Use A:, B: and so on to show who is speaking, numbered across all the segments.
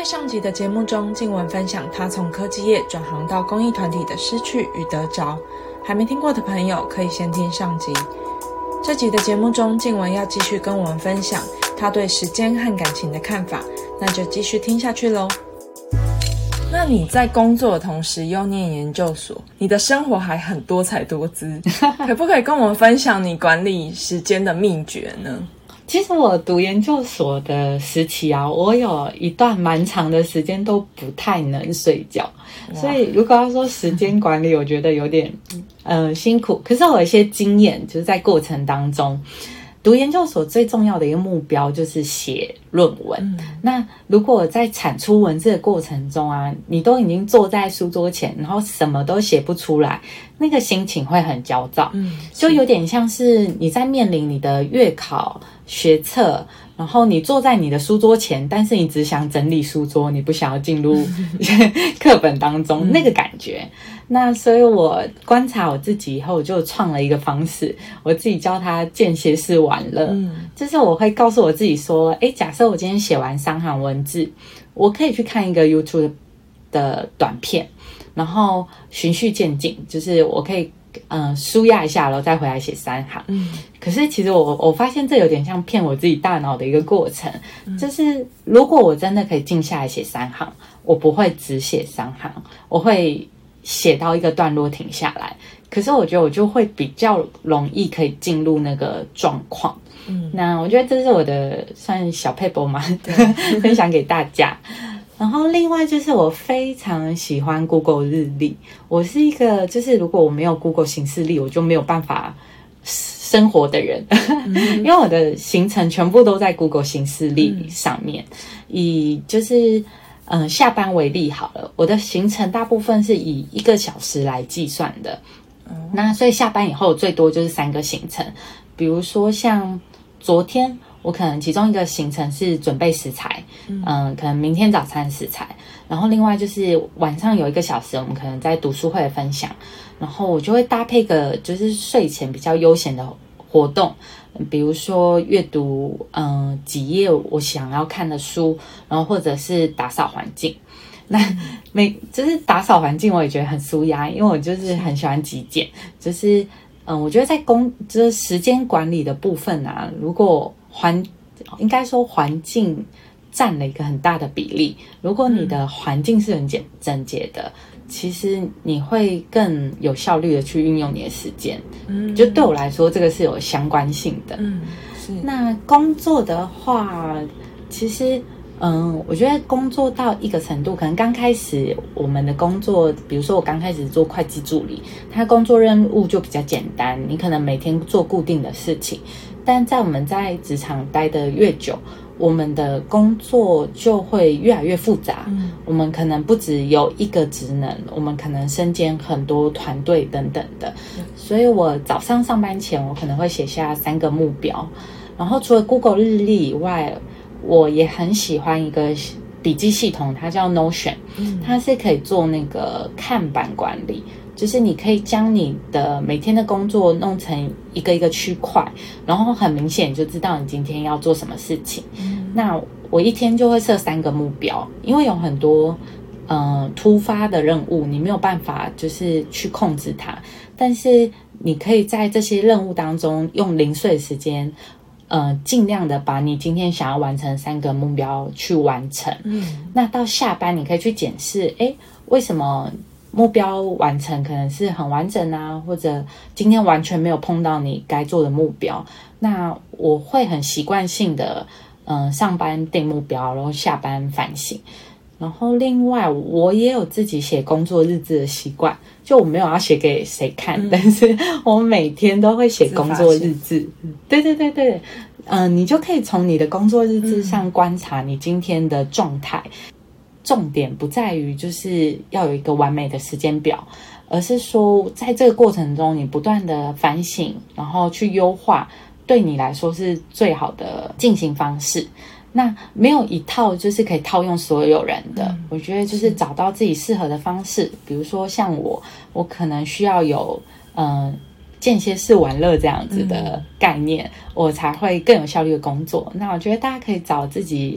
A: 在上集的节目中，静雯分享她从科技业转行到公益团体的失去与得着，还没听过的朋友可以先听上集。这集的节目中，静雯要继续跟我们分享她对时间和感情的看法，那就继续听下去咯。那你在工作的同时又念研究所，你的生活还很多彩多姿，可不可以跟我们分享你管理时间的秘诀呢？
B: 其实我读研究所的时期啊，我有一段蛮长的时间都不太能睡觉，所以如果要说时间管理，我觉得有点辛苦。可是我有一些经验，就是在过程当中，读研究所最重要的一个目标就是写论文。那如果在产出文字的过程中啊，你都已经坐在书桌前，然后什么都写不出来，那个心情会很焦躁。就有点像是你在面临你的月考学测，然后你坐在你的书桌前，但是你只想整理书桌，你不想要进入课本当中，那个感觉。那所以我观察我自己以后，我就创了一个方式，我自己叫它间歇式玩乐。就是我会告诉我自己说，假设我今天写完3行文字，我可以去看一个 YouTube 的短片，然后循序渐进，就是我可以抒压一下，然后再回来写3行。可是其实我发现这有点像骗我自己大脑的一个过程，就是如果我真的可以静下来写3行，我不会只写3行，我会写到一个段落停下来。可是我觉得我就会比较容易可以进入那个状况。那我觉得这是我的算小撇步嘛，分享给大家。然后另外就是我非常喜欢 Google 日历，我是一个就是如果我没有 Google 行事历，我就没有办法生活的人。因为我的行程全部都在 Google 行事历上面。以就是下班为例好了，我的行程大部分是以1个小时来计算的。那所以下班以后最多就是3个行程，比如说像昨天我可能其中一个行程是准备食材，可能明天早餐食材，然后另外就是晚上有1个小时我们可能在读书会的分享，然后我就会搭配个就是睡前比较悠闲的活动，比如说阅读几页我想要看的书，然后或者是打扫环境。那就是打扫环境我也觉得很舒压，因为我就是很喜欢极简，就是我觉得在就是时间管理的部分啊，如果应该说环境占了一个很大的比例，如果你的环境是很整洁的，其实你会更有效率的去运用你的时间。就对我来说这个是有相关性的。那工作的话，其实我觉得工作到一个程度，可能刚开始我们的工作，比如说我刚开始做会计助理，他工作任务就比较简单，你可能每天做固定的事情。但在我们在职场待得越久，我们的工作就会越来越复杂。我们可能不只有一个职能，我们可能身兼很多团队等等的。所以我早上上班前，我可能会写下3个目标。然后除了 Google 日历以外，我也很喜欢一个笔记系统，它叫 Notion。它是可以做那个看板管理，就是你可以将你的每天的工作弄成一个一个区块，然后很明显你就知道你今天要做什么事情。那我一天就会设3个目标，因为有很多突发的任务你没有办法就是去控制它，但是你可以在这些任务当中用零碎时间尽量的把你今天想要完成3个目标去完成。那到下班你可以去检视，为什么目标完成可能是很完整啊，或者今天完全没有碰到你该做的目标。那我会很习惯性的上班定目标，然后下班反省。然后另外我也有自己写工作日志的习惯，就我没有要写给谁看，但是我每天都会写工作日志。对，你就可以从你的工作日志上观察你今天的状态。重点不在于就是要有一个完美的时间表，而是说在这个过程中你不断的反省，然后去优化，对你来说是最好的进行方式。那没有一套就是可以套用所有人的，我觉得就是找到自己适合的方式。比如说像我可能需要有间歇式玩乐这样子的概念，我才会更有效率的工作。那我觉得大家可以找自己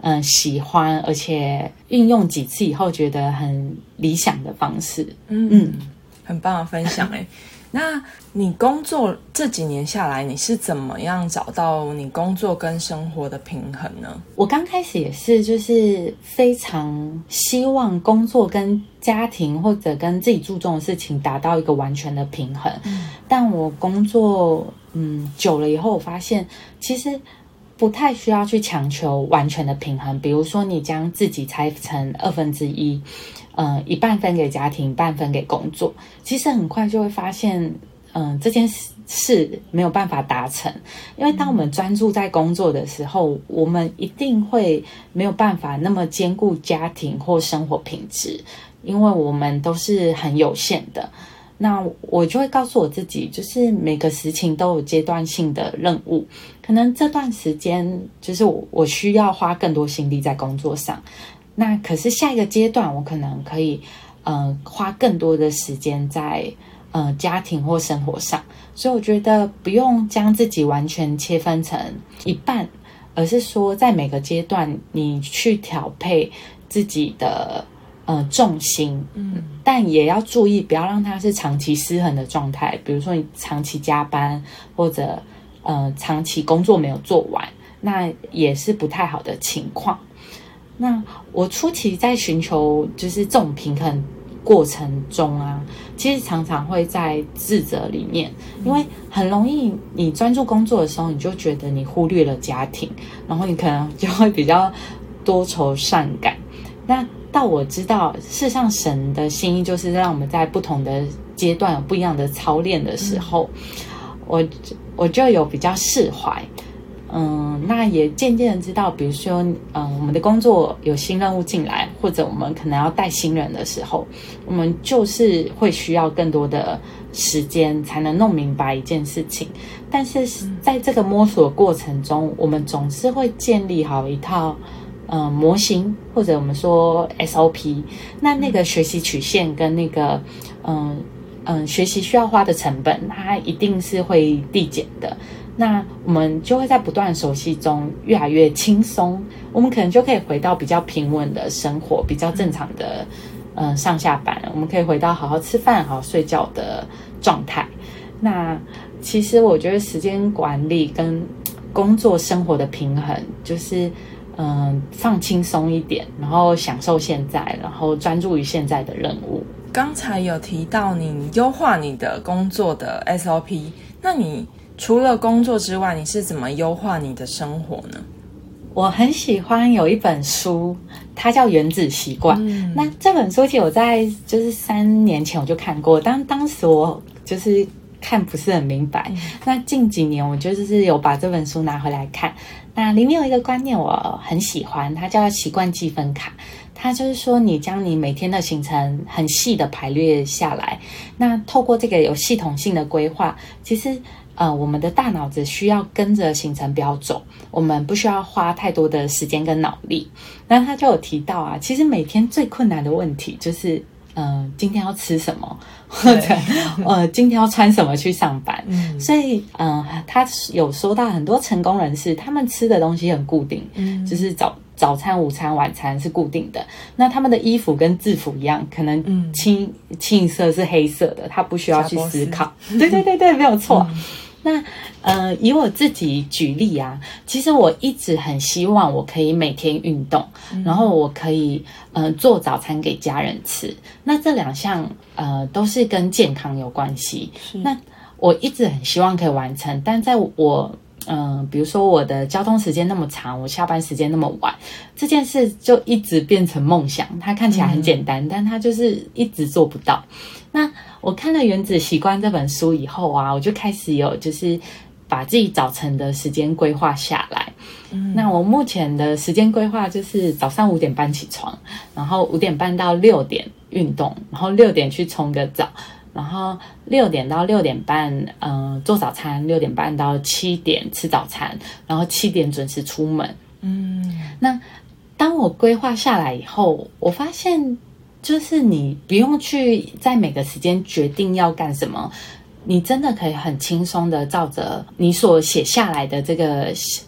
B: 喜欢，而且运用几次以后觉得很理想的方式。
A: 很棒的分享欸。那你工作这几年下来，你是怎么样找到你工作跟生活的平衡呢？
B: 我刚开始也是，就是非常希望工作跟家庭或者跟自己注重的事情达到一个完全的平衡。但我工作久了以后，我发现其实不太需要去强求完全的平衡。比如说你将自己拆成1/2，一半分给家庭，一半分给工作，其实很快就会发现这件事没有办法达成。因为当我们专注在工作的时候，我们一定会没有办法那么兼顾家庭或生活品质，因为我们都是很有限的。那我就会告诉我自己，就是每个事情都有阶段性的任务，可能这段时间就是我需要花更多心力在工作上，那可是下一个阶段我可能可以花更多的时间在家庭或生活上。所以我觉得不用将自己完全切分成一半，而是说在每个阶段你去调配自己的重心，但也要注意不要让它是长期失衡的状态。比如说你长期加班，或者长期工作没有做完，那也是不太好的情况。那我初期在寻求就是这种平衡过程中啊，其实常常会在自责里面，因为很容易你专注工作的时候，你就觉得你忽略了家庭，然后你可能就会比较多愁善感。那到我知道事实上神的心意就是让我们在不同的阶段有不一样的操练的时候，我就有比较释怀。那也渐渐的知道，比如说我们的工作有新任务进来，或者我们可能要带新人的时候，我们就是会需要更多的时间才能弄明白一件事情。但是在这个摸索过程中，我们总是会建立好一套模型，或者我们说 SOP。 那个学习曲线跟那个学习需要花的成本，它一定是会递减的。那我们就会在不断熟悉中越来越轻松，我们可能就可以回到比较平稳的生活，比较正常的上下班，我们可以回到好好吃饭好好睡觉的状态。那其实我觉得时间管理跟工作生活的平衡就是放轻松一点，然后享受现在，然后专注于现在的任务。
A: 刚才有提到你优化你的工作的 SOP， 那你除了工作之外，你是怎么优化你的生活呢？
B: 我很喜欢有一本书，它叫《原子习惯》。那这本书其实我在就是3年前我就看过，但当时我就是看不是很明白。那近几年我就是有把这本书拿回来看。那里面有一个观念我很喜欢，它叫习惯积分卡。它就是说你将你每天的行程很细的排列下来，那透过这个有系统性的规划，其实我们的大脑只需要跟着行程表走，我们不需要花太多的时间跟脑力。那他就有提到啊，其实每天最困难的问题就是今天要吃什么，或者今天要穿什么去上班。所以他有说到很多成功人士，他们吃的东西很固定，就是早餐、午餐、晚餐是固定的。那他们的衣服跟制服一样，可能清一色是黑色的，他不需要去思考。对，没有错。那以我自己举例啊，其实我一直很希望我可以每天运动，然后我可以做早餐给家人吃。那这2项都是跟健康有关系。那我一直很希望可以完成，但在我比如说我的交通时间那么长，我下班时间那么晚，这件事就一直变成梦想。它看起来很简单，但它就是一直做不到。那我看了《原子习惯》这本书以后啊，我就开始有就是把自己早晨的时间规划下来。那我目前的时间规划就是早上5点半起床，然后5点半到6点运动，然后6点去冲个澡，然后6点到6点半做早餐，6点半到7点吃早餐，然后7点准时出门。那当我规划下来以后，我发现就是你不用去在每个时间决定要干什么，你真的可以很轻松的照着你所写下来的这个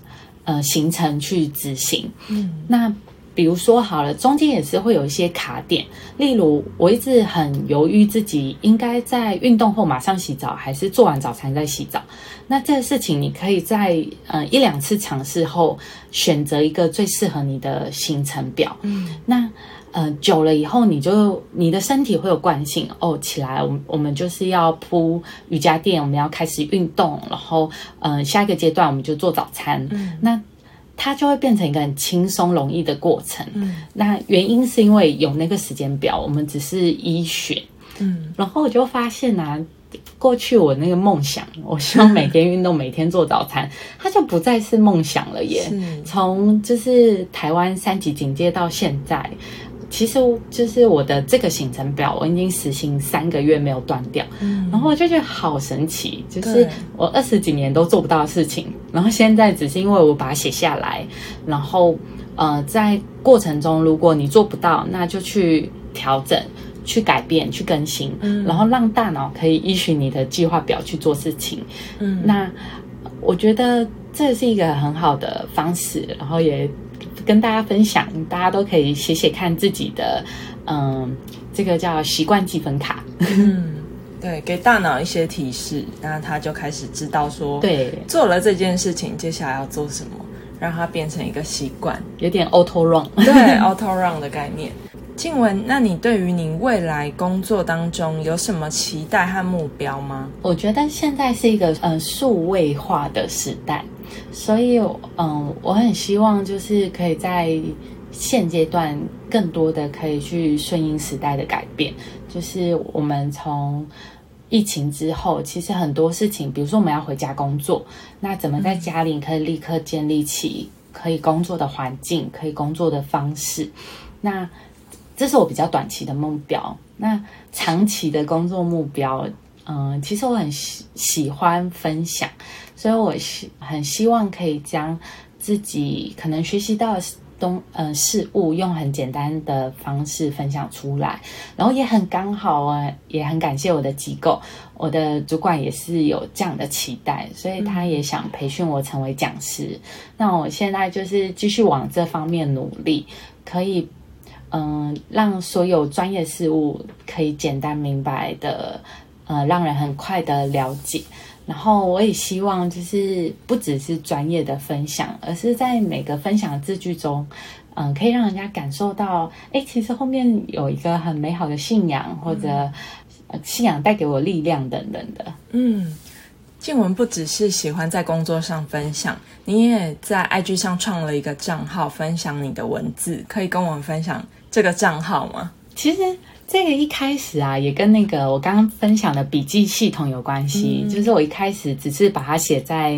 B: 行程去执行。那比如说好了，中间也是会有一些卡点，例如我一直很犹豫自己应该在运动后马上洗澡，还是做完早餐再洗澡。那这个事情你可以在1-2次尝试后，选择一个最适合你的行程表。那久了以后，你的身体会有惯性哦，起来我们就是要铺瑜伽垫，我们要开始运动，然后下一个阶段我们就做早餐。那它就会变成一个很轻松容易的过程。那原因是因为有那个时间表，我们只是依循。然后我就发现啊，过去我那个梦想，我希望每天运动每天做早餐，它就不再是梦想了耶。从就是台湾3级警戒到现在，其实就是我的这个行程表我已经实行3个月没有断掉。然后我就觉得好神奇，就是我20几年都做不到的事情，然后现在只是因为我把它写下来，然后在过程中如果你做不到，那就去调整，去改变，去更新，然后让大脑可以依循你的计划表去做事情。那我觉得这是一个很好的方式，然后也跟大家分享，大家都可以写写看自己的这个叫习惯积分卡。
A: 对，给大脑一些提示，那他就开始知道说，
B: 对，
A: 做了这件事情，接下来要做什么，让它变成一个习惯，
B: 有点 auto run。
A: 对auto run 的概念。静雯，那你对于你未来工作当中有什么期待和目标吗？
B: 我觉得现在是一个数位化的时代，所以我很希望就是可以在现阶段更多的可以去顺应时代的改变。就是我们从疫情之后，其实很多事情，比如说我们要回家工作，那怎么在家里可以立刻建立起可以工作的环境，可以工作的方式。那这是我比较短期的目标。那长期的工作目标，其实我很喜欢分享，所以我很希望可以将自己可能学习到的事物用很简单的方式分享出来。然后也很刚好也很感谢我的机构，我的主管也是有这样的期待，所以他也想培训我成为讲师。那我现在就是继续往这方面努力，可以让所有专业事物可以简单明白的让人很快的了解。然后我也希望就是不只是专业的分享，而是在每个分享的字句中可以让人家感受到其实后面有一个很美好的信仰，或者信仰带给我力量等等的。
A: 静雯不只是喜欢在工作上分享，你也在 IG 上创了一个账号分享你的文字，可以跟我们分享这个账号吗？
B: 其实这个一开始也跟那个我刚刚分享的笔记系统有关系。就是我一开始只是把它写在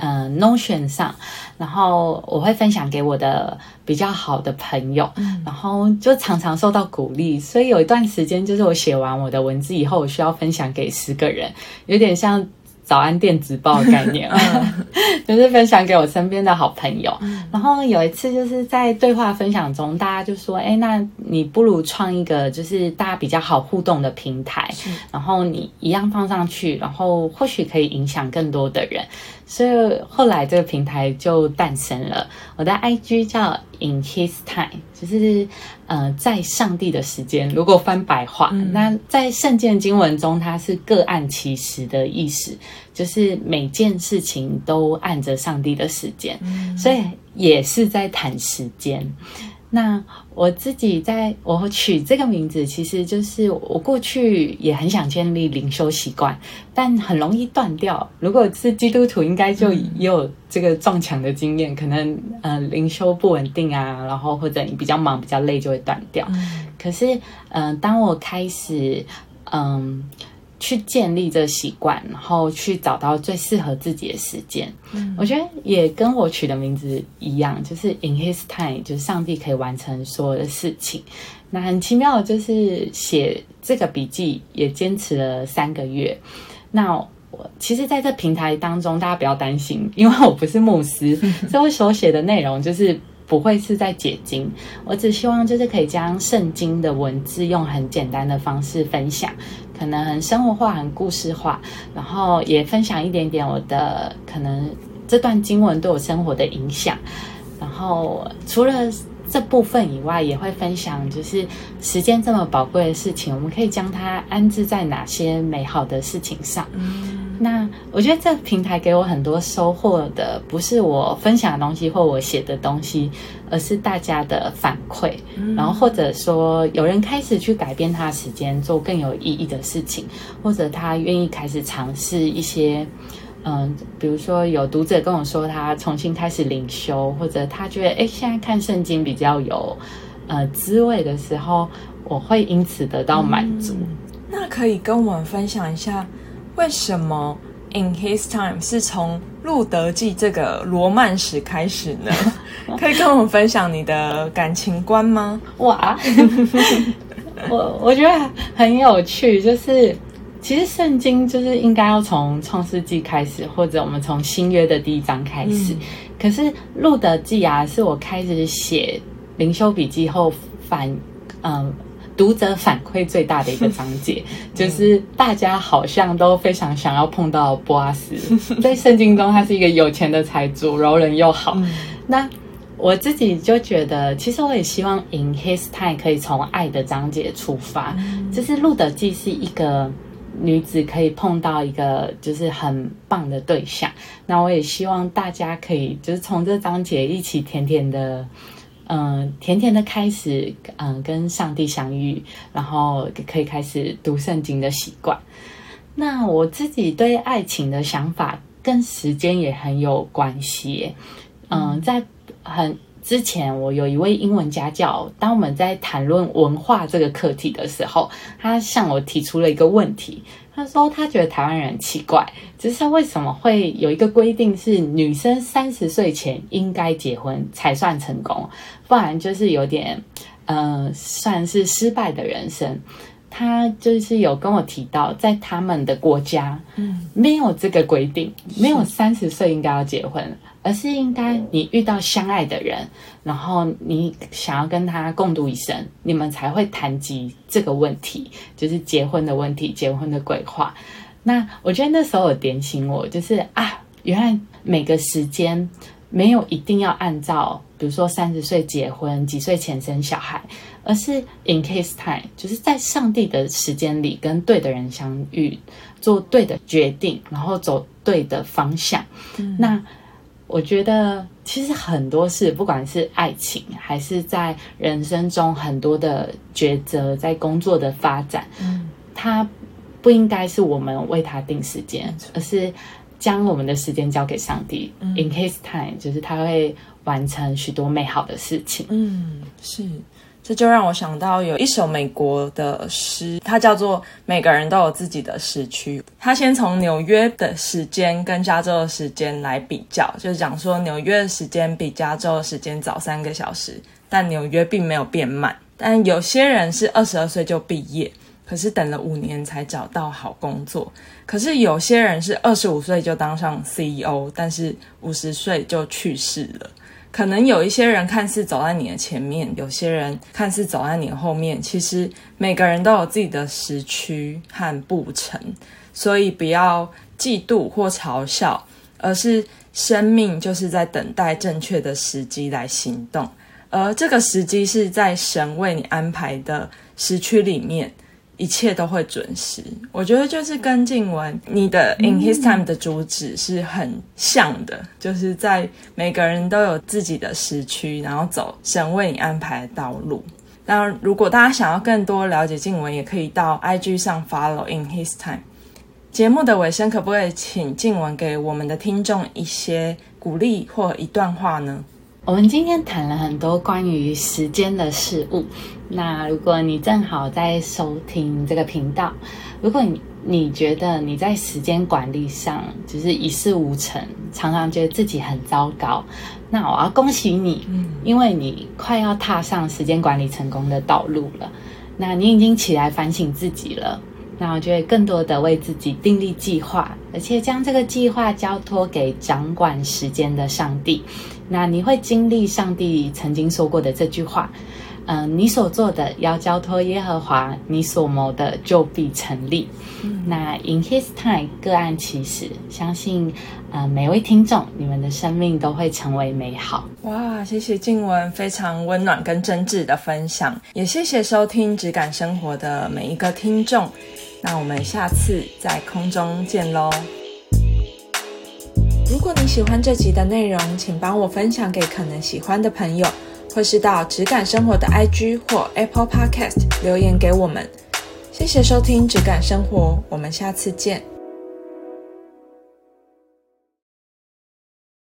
B: Notion 上，然后我会分享给我的比较好的朋友，然后就常常受到鼓励。所以有一段时间就是我写完我的文字以后，我需要分享给10个人，有点像早安电子报的概念就是分享给我身边的好朋友。然后有一次就是在对话分享中，大家就说那你不如创一个就是大家比较好互动的平台，然后你一样放上去，然后或许可以影响更多的人。所以后来这个平台就诞生了。我的 IG 叫 In His Time， 就是在上帝的时间。如果翻白话，那在圣经经文中，它是各按其时的意思，就是每件事情都按着上帝的时间，所以也是在谈时间。那我自己我取这个名字，其实就是我过去也很想建立灵修习惯，但很容易断掉。如果是基督徒，应该就也有这个撞墙的经验，可能灵修不稳定然后或者你比较忙比较累就会断掉。可是当我开始去建立这个习惯，然后去找到最适合自己的时间，我觉得也跟我取的名字一样，就是 In His Time， 就是上帝可以完成所有的事情。那很奇妙的就是写这个笔记也坚持了3个月。那我其实在这平台当中，大家不要担心，因为我不是牧师，所以我所写的内容就是不会是在解经，我只希望就是可以将圣经的文字用很简单的方式分享，可能很生活化很故事化，然后也分享一点点我的可能这段经文对我生活的影响。然后除了这部分以外，也会分享就是时间这么宝贵的事情，我们可以将它安置在哪些美好的事情上。那我觉得这个平台给我很多收获的，不是我分享的东西或我写的东西，而是大家的反馈，然后或者说有人开始去改变他的时间，做更有意义的事情，或者他愿意开始尝试一些比如说有读者跟我说他重新开始灵修，或者他觉得现在看圣经比较有滋味的时候，我会因此得到满足。
A: 那可以跟我们分享一下，为什么 In His Time 是从路德记这个罗曼史开始呢？可以跟我们分享你的感情观吗？
B: 哇，我觉得很有趣，就是其实圣经就是应该要从创世纪开始，或者我们从新约的第一章开始。可是路德记啊，是我开始写灵修笔记后读者反馈最大的一个章节，就是大家好像都非常想要碰到波阿斯。在圣经中，他是一个有钱的财主，柔人又好。那我自己就觉得，其实我也希望 In His Time 可以从爱的章节出发，就是路德记是一个女子可以碰到一个就是很棒的对象。那我也希望大家可以就是从这章节一起甜甜的开始跟上帝相遇，然后可以开始读圣经的习惯。那我自己对爱情的想法跟时间也很有关系。在之前我有一位英文家教，当我们在谈论文化这个课题的时候，他向我提出了一个问题。他说他觉得台湾人很奇怪，就是为什么会有一个规定是女生30岁前应该结婚才算成功，不然就是有点算是失败的人生。他就是有跟我提到，在他们的国家没有这个规定，没有30岁应该要结婚，而是应该你遇到相爱的人，然后你想要跟他共度一生，你们才会谈及这个问题，就是结婚的问题，结婚的规划。那我觉得那时候有点醒我，就是原来每个时间没有一定要按照比如说30岁结婚，几岁前生小孩，而是 in case time， 就是在上帝的时间里跟对的人相遇，做对的决定，然后走对的方向。那我觉得其实很多事，不管是爱情还是在人生中很多的抉择，在工作的发展，它不应该是我们为他定时间，而是将我们的时间交给上帝。In His time， 就是他会完成许多美好的事情。
A: 是。这就让我想到有一首美国的诗，它叫做《每个人都有自己的时区》。它先从纽约的时间跟加州的时间来比较，就是讲说纽约的时间比加州的时间早3个小时，但纽约并没有变慢。但有些人是22岁就毕业，可是等了5年才找到好工作。可是有些人是25岁就当上 CEO， 但是50岁就去世了。可能有一些人看似走在你的前面，有些人看似走在你的后面，其实每个人都有自己的时区和步程，所以不要嫉妒或嘲笑，而是生命就是在等待正确的时机来行动，而这个时机是在神为你安排的时区里面，一切都会准时。我觉得就是跟静雯你的 In His Time 的主旨是很像的，就是在每个人都有自己的时区，然后走神为你安排的道路。当然如果大家想要更多了解静雯，也可以到 IG 上 follow In His Time。 节目的尾声可不可以请静雯给我们的听众一些鼓励或一段话呢？
B: 我们今天谈了很多关于时间的事物，那如果你正好在收听这个频道，如果你觉得你在时间管理上就是一事无成，常常觉得自己很糟糕，那我要恭喜你，因为你快要踏上时间管理成功的道路了。那你已经起来反省自己了，那我觉得更多的为自己订立计划，而且将这个计划交托给掌管时间的上帝。那你会经历上帝曾经说过的这句话， 你所做的要交托耶和华，你所谋的就必成立。那 In His Time 个案其实相信每位听众你们的生命都会成为美好。
A: 哇，谢谢静雯非常温暖跟真挚的分享，也谢谢收听质感生活的每一个听众。那我们下次在空中见咯。如果你喜欢这集的内容，请帮我分享给可能喜欢的朋友，或是到质感生活的 IG 或 Apple Podcast 留言给我们。谢谢收听质感生活，我们下次见。